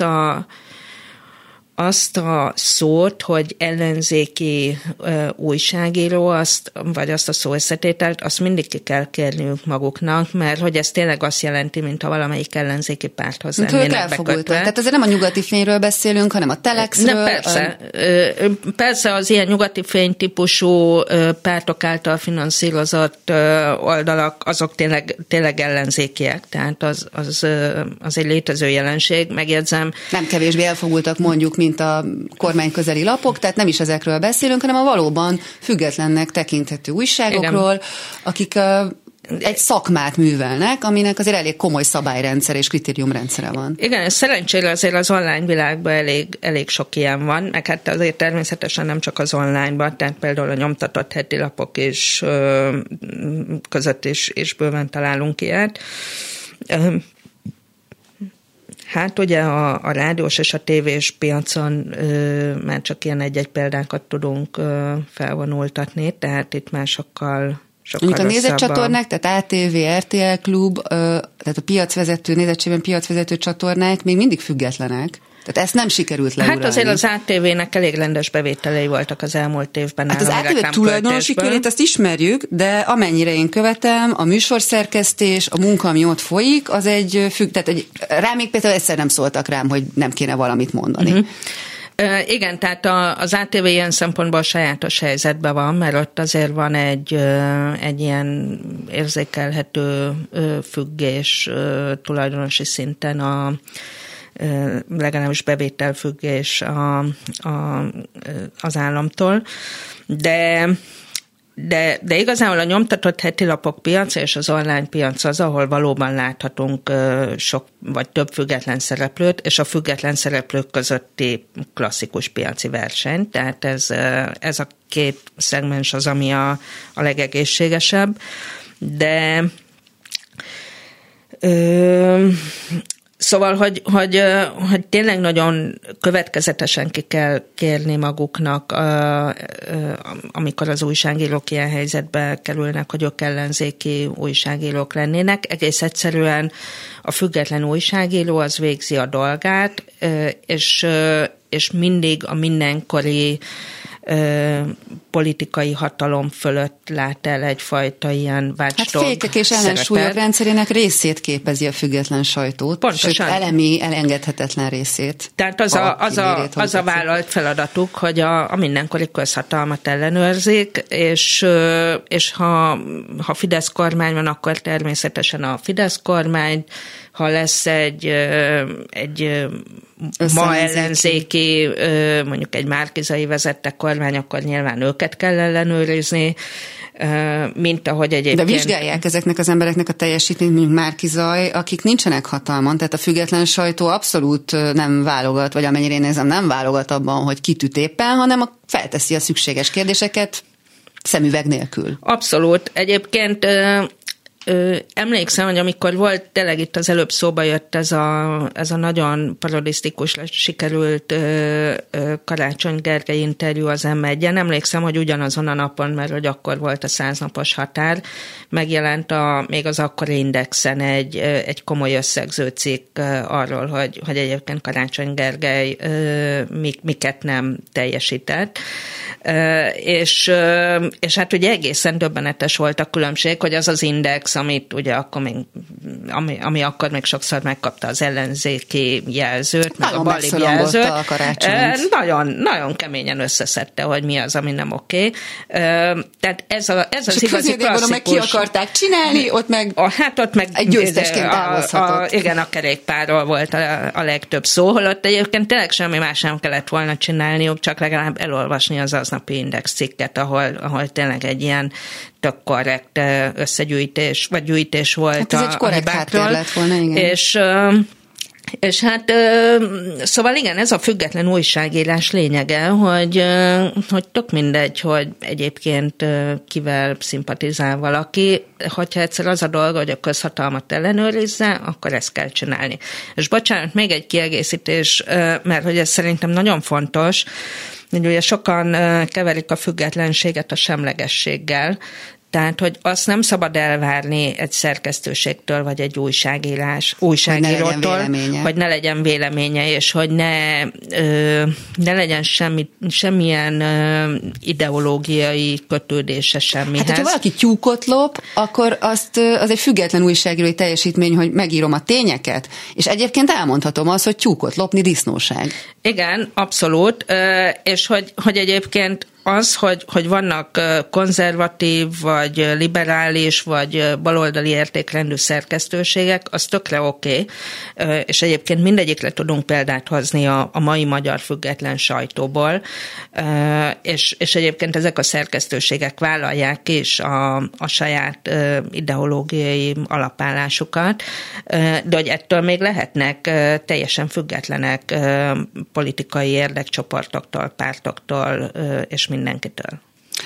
[SPEAKER 3] azt a szót, hogy ellenzéki újságíró, vagy azt a szó összetételt, azt mindig ki kell kérniük maguknak, mert hogy ez tényleg azt jelenti, mintha valamelyik ellenzéki párthoz lennének bekötve.
[SPEAKER 2] Tehát azért nem a nyugati fényről beszélünk, hanem a Telexről.
[SPEAKER 3] Persze. Persze az ilyen nyugati fény típusú pártok által finanszírozott oldalak, azok tényleg ellenzékiek, tehát az egy létező jelenség, megjegyzem.
[SPEAKER 2] Nem kevésbé elfogultak mondjuk, mint a kormány közeli lapok, tehát nem is ezekről beszélünk, hanem a valóban függetlennek tekinthető újságokról, igen, akik egy szakmát művelnek, aminek azért elég komoly szabályrendszer és kritériumrendszere van.
[SPEAKER 3] Igen, és szerencsére azért az online világban elég sok ilyen van, meg hát azért természetesen nem csak az online-ban, tehát például a nyomtatott heti lapok is között is bőven találunk ilyet. Hát ugye a rádiós és a tévés piacon már csak ilyen egy-egy példákat tudunk felvonultatni, tehát itt már sokkal
[SPEAKER 2] mondjuk a nézetcsatornák, tehát ATV, RTL Klub, tehát a nézettségben piacvezető csatornák még mindig függetlenek. Tehát ezt nem sikerült leuralni.
[SPEAKER 3] Hát azért az ATV-nek elég rendes bevételei voltak az elmúlt évben.
[SPEAKER 2] Hát az ATV tulajdonosi körét azt ismerjük, de amennyire én követem, a műsorszerkesztés, a munka, ami ott folyik, az tehát rám még például egyszer nem szóltak rám, hogy nem kéne valamit mondani. Uh-huh.
[SPEAKER 3] Igen, tehát az ATV ilyen szempontból sajátos helyzetben van, mert ott azért van egy ilyen érzékelhető függés tulajdonosi szinten legalábbis bevételfüggés az államtól, de igazából a nyomtatott hetilapok piaca és az online piac az, ahol valóban láthatunk sok vagy több független szereplőt, és a független szereplők közötti klasszikus piaci verseny. Tehát ez a két szegmens az, ami a legegészségesebb, de szóval, hogy tényleg nagyon következetesen ki kell kérni maguknak, amikor az újságírók ilyen helyzetbe kerülnek, hogy ők ellenzéki újságírók lennének. Egész egyszerűen a független újságíró az végzi a dolgát, és mindig a mindenkori politikai hatalom fölött lát el egyfajta ilyen watchdog.
[SPEAKER 2] Hát fékek és ellensúlyok rendszerének részét képezi a független sajtót. Pontosan. Sőt, elemi, elengedhetetlen részét.
[SPEAKER 3] Tehát az a vállalt feladatuk, hogy a mindenkori közhatalmat ellenőrzik, és ha Fidesz kormány van, akkor természetesen a Fidesz kormány, ha lesz egy ma ellenzéki, mondjuk egy Márki-Zay vezette kormány, akkor nyilván őket kell ellenőrizni, mint ahogy egyébként...
[SPEAKER 2] De vizsgálják ezeknek az embereknek a teljesítményt, mint Márki-Zay, akik nincsenek hatalmon, tehát a független sajtó abszolút nem válogat, vagy amennyire én nézem, nem válogat abban, hogy kit üt éppen, hanem felteszi a szükséges kérdéseket szemüveg nélkül.
[SPEAKER 3] Abszolút. Egyébként emlékszem, hogy amikor volt, tényleg itt az előbb szóba jött ez a nagyon parodisztikus sikerült Karácsony Gergely interjú az M1-en, emlékszem, hogy ugyanazon a napon, mert hogy akkor volt a 100 napos határ, megjelent még az akkori Indexen egy komoly összegző cikk arról, hogy egyébként Karácsony Gergely miket nem teljesített. És hát ugye egészen döbbenetes volt a különbség, hogy az Index, amit ugye akkor még, ami akkor még sokszor megkapta az ellenzéki jelzőt, meg a balib jelzőt. Nagyon, nagyon keményen összeszedte, hogy mi az, ami nem oké. Tehát ez az igazi klasszikus.
[SPEAKER 2] Meg ki akarták csinálni, ott meg egy győztesként távozhatott.
[SPEAKER 3] Igen, a kerékpárról volt a legtöbb szó, holott egyébként tényleg semmi más nem kellett volna csinálniuk, csak legalább elolvasni az aznapi Index cikket, ahol tényleg egy ilyen tök korrekt összegyűjtés, vagy gyűjtés volt
[SPEAKER 2] hát ez egy korrekt háttér lett volna, igen.
[SPEAKER 3] És hát, szóval igen, ez a független újságírás lényege, hogy tök mindegy, hogy egyébként kivel szimpatizál valaki, hogyha egyszer az a dolga, hogy a közhatalmat ellenőrizze, akkor ezt kell csinálni. És bocsánat, még egy kiegészítés, mert hogy ez szerintem nagyon fontos, hogy ugye sokan keverik a függetlenséget a semlegességgel, tehát, hogy azt nem szabad elvárni egy szerkesztőségtől, vagy egy újságírótól, hogy ne legyen véleménye, és hogy ne legyen semmilyen ideológiai kötődése semmihez.
[SPEAKER 2] Hát, ha valaki tyúkot lop, akkor az egy független újságírói teljesítmény, hogy megírom a tényeket, és egyébként elmondhatom azt, hogy tyúkot lopni disznóság.
[SPEAKER 3] Igen, abszolút, és hogy egyébként az, hogy vannak konzervatív, vagy liberális, vagy baloldali értékrendű szerkesztőségek, az tökre oké, és egyébként mindegyikre tudunk példát hozni a mai magyar független sajtóból, és egyébként ezek a szerkesztőségek vállalják is a saját ideológiai alapállásukat, de hogy ettől még lehetnek teljesen függetlenek politikai érdekcsoportoktól, pártoktól, és mindenkitől.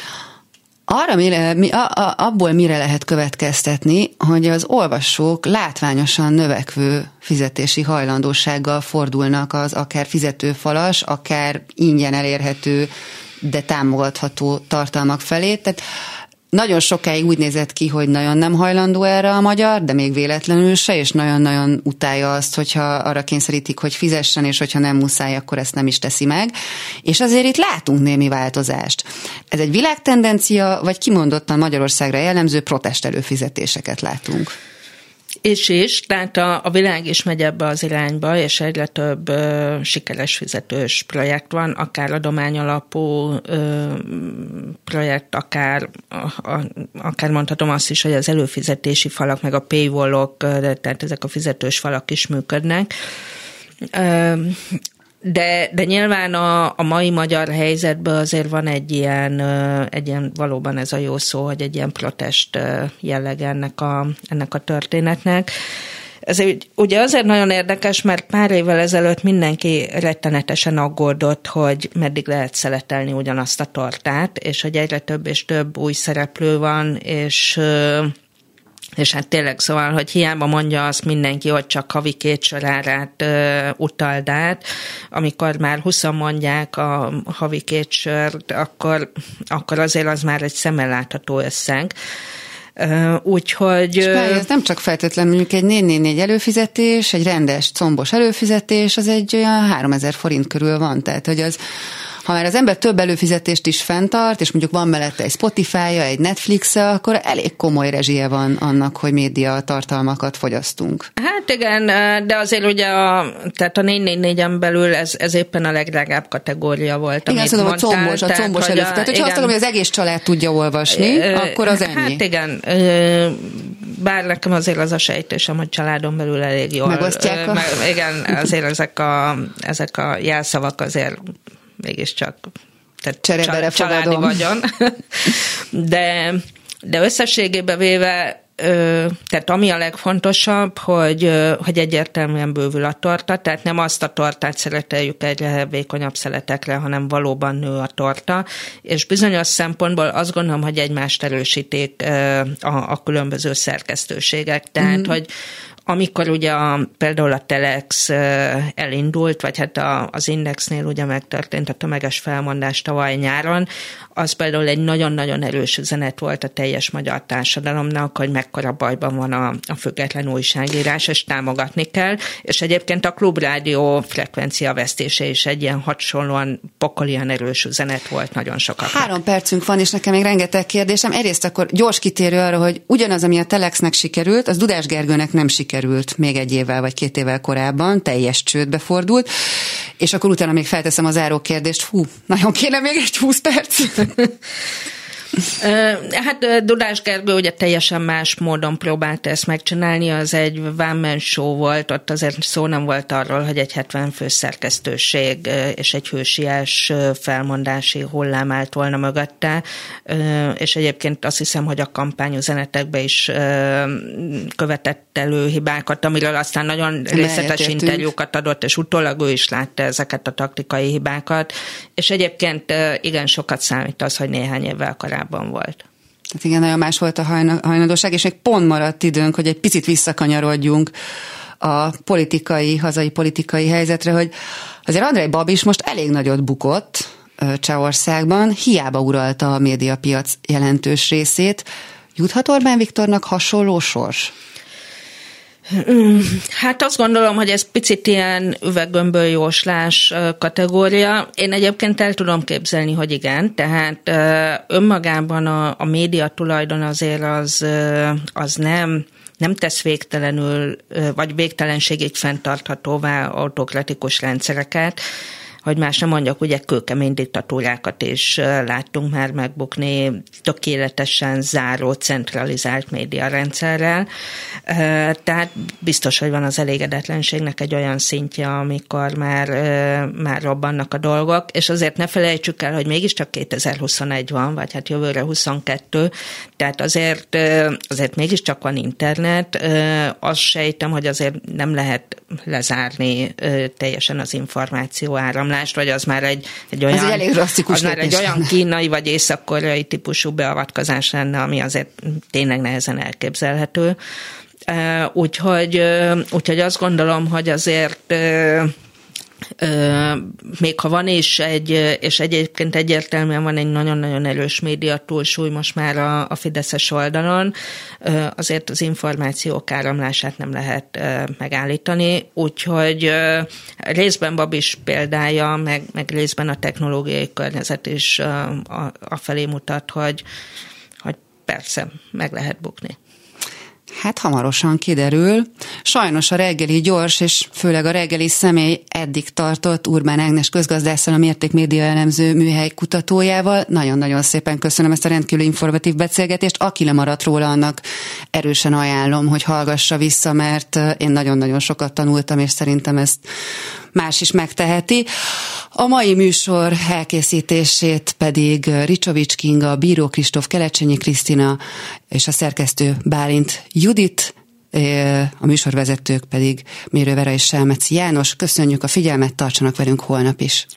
[SPEAKER 2] Abból mire lehet következtetni, hogy az olvasók látványosan növekvő fizetési hajlandósággal fordulnak az akár fizetőfalas, akár ingyen elérhető, de támogatható tartalmak felé. Tehát nagyon sokáig úgy nézett ki, hogy nagyon nem hajlandó erre a magyar, de még véletlenül se, és nagyon-nagyon utálja azt, hogyha arra kényszerítik, hogy fizessen, és hogyha nem muszáj, akkor ezt nem is teszi meg. És azért itt látunk némi változást. Ez egy világtendencia, vagy kimondottan Magyarországra jellemző protest előfizetéseket látunk?
[SPEAKER 3] És, tehát a világ is megy ebbe az irányba, és egyre több sikeres fizetős projekt van, akár adományalapú projekt, akár mondhatom azt is, hogy az előfizetési falak, meg a paywall-ok, tehát ezek a fizetős falak is működnek. De nyilván a mai magyar helyzetben azért van egy ilyen valóban ez a jó szó, hogy egy ilyen protest jelleg ennek a történetnek. Ez ugye azért nagyon érdekes, mert pár évvel ezelőtt mindenki rettenetesen aggódott, hogy meddig lehet szeletelni ugyanazt a tortát, és hogy egyre több és több új szereplő van, és hát tényleg szóval, hogy hiába mondja azt mindenki, hogy csak havi 2 sörárát utald át, amikor már 20 mondják a havi 2 sört, akkor azért az már egy szemmel látható összeg. Úgyhogy... És
[SPEAKER 2] ez nem csak feltétlenül mondjuk egy 444 előfizetés, egy rendes combos előfizetés, az egy olyan 3000 forint körül van, tehát hogy az... Ha már az ember több előfizetést is fenntart, és mondjuk van mellette egy Spotify-ja, egy Netflix-e, akkor elég komoly rezsie van annak, hogy média tartalmakat fogyasztunk.
[SPEAKER 3] Hát igen, de azért ugye tehát a 444-en belül ez éppen a legdrágább kategória volt,
[SPEAKER 2] igen, amit mondtál. A combos előfizetés. Tehát, hogyha azt tudom, hogy az egész család tudja olvasni, akkor az ennyi.
[SPEAKER 3] Hát igen, bár nekem azért az a sejtésem, hogy családon belül elég jól.
[SPEAKER 2] Megosztják
[SPEAKER 3] igen, azért ezek a jelszavak azért mégiscsak családi vagyon. De összességében véve, tehát ami a legfontosabb, hogy egyértelműen bővül a torta, tehát nem azt a tortát szeleteljük egyre vékonyabb szeletekre, hanem valóban nő a torta, és bizonyos szempontból azt gondolom, hogy egymást erősítik a különböző szerkesztőségek, tehát hogy amikor ugye például a Telex elindult, vagy hát az Indexnél ugye megtörtént a tömeges felmondás tavaly nyáron, az például egy nagyon-nagyon erős üzenet volt a teljes magyar társadalomnak, hogy mekkora bajban van a független újságírás, és támogatni kell, és egyébként a Klubrádió frekvenciavesztése is egy ilyen hasonlóan pokolian erős üzenet volt nagyon sokat.
[SPEAKER 2] 3 percünk van, és nekem még rengeteg kérdésem. Egyrészt akkor gyors kitérő arra, hogy ugyanaz, ami a Telexnek sikerült, az Dudás Gergőnek nem sikerült még 1 évvel vagy 2 évvel korábban, teljes csődbe fordult, és akkor utána még felteszem a záró kérdést, nagyon kéne még egy 20 perc.
[SPEAKER 3] Hát Dudás Gergő ugye teljesen más módon próbálta ezt megcsinálni, az egy one man show volt, ott azért szó nem volt arról, hogy egy 70 fős szerkesztőség és egy hősies felmondási hullám állt volna mögötte, és egyébként azt hiszem, hogy a kampányüzenetekbe is követett elő hibákat, amiről aztán nagyon részletes interjúkat adott, és utólag ő is látta ezeket a taktikai hibákat, és egyébként igen sokat számít az, hogy néhány évvel korábban volt.
[SPEAKER 2] Tehát igen, nagyon más volt a hajlandóság, és még pont maradt időnk, hogy egy picit visszakanyarodjunk a hazai politikai helyzetre, hogy azért Andrej Babis most elég nagyot bukott Csehországban, hiába uralta a médiapiac jelentős részét. Juthat Orbán Viktornak hasonló sors?
[SPEAKER 3] Hát azt gondolom, hogy ez picit ilyen üveggömböl jóslás kategória. Én egyébként el tudom képzelni, hogy igen, tehát önmagában a média tulajdon azért az nem tesz végtelenül, vagy végtelenségig fenntarthatóvá autokratikus rendszereket, hogy más nem mondjak, ugye kőkemény diktatúrákat is láttunk már megbukni tökéletesen záró, centralizált médiarendszerrel. Tehát biztos, hogy van az elégedetlenségnek egy olyan szintje, amikor már robbannak a dolgok, és azért ne felejtsük el, hogy mégiscsak 2021 van, vagy hát jövőre 22, tehát azért mégiscsak van internet. Azt sejtem, hogy azért nem lehet lezárni teljesen az információ áramlást, vagy az már egy olyan kínai vagy észak-koreai típusú beavatkozás lenne, ami azért tényleg nehezen elképzelhető. Úgyhogy azt gondolom, hogy azért még ha van és egyébként egyértelműen van egy nagyon-nagyon erős média túlsúly most már a fideszes oldalon, azért az információk áramlását nem lehet megállítani, hogy részben Babis példája, meg részben a technológiai környezet is afelé mutat, hogy persze meg lehet bukni.
[SPEAKER 2] Hát hamarosan kiderül. Sajnos a reggeli gyors, és főleg a reggeli személy eddig tartott Urbán Ágnes közgazdásszal, a Mérték média elemző műhely kutatójával. Nagyon-nagyon szépen köszönöm ezt a rendkívül informatív beszélgetést. Aki lemaradt róla, annak erősen ajánlom, hogy hallgassa vissza, mert én nagyon-nagyon sokat tanultam, és szerintem ezt más is megteheti. A mai műsor elkészítését pedig Ricsovics Kinga, Bíró Kristóf, Kelecsényi Krisztina és a szerkesztő Bálint Judit, a műsorvezetők pedig Mérő Vera és Selmeci János. Köszönjük a figyelmet, tartsanak velünk holnap is.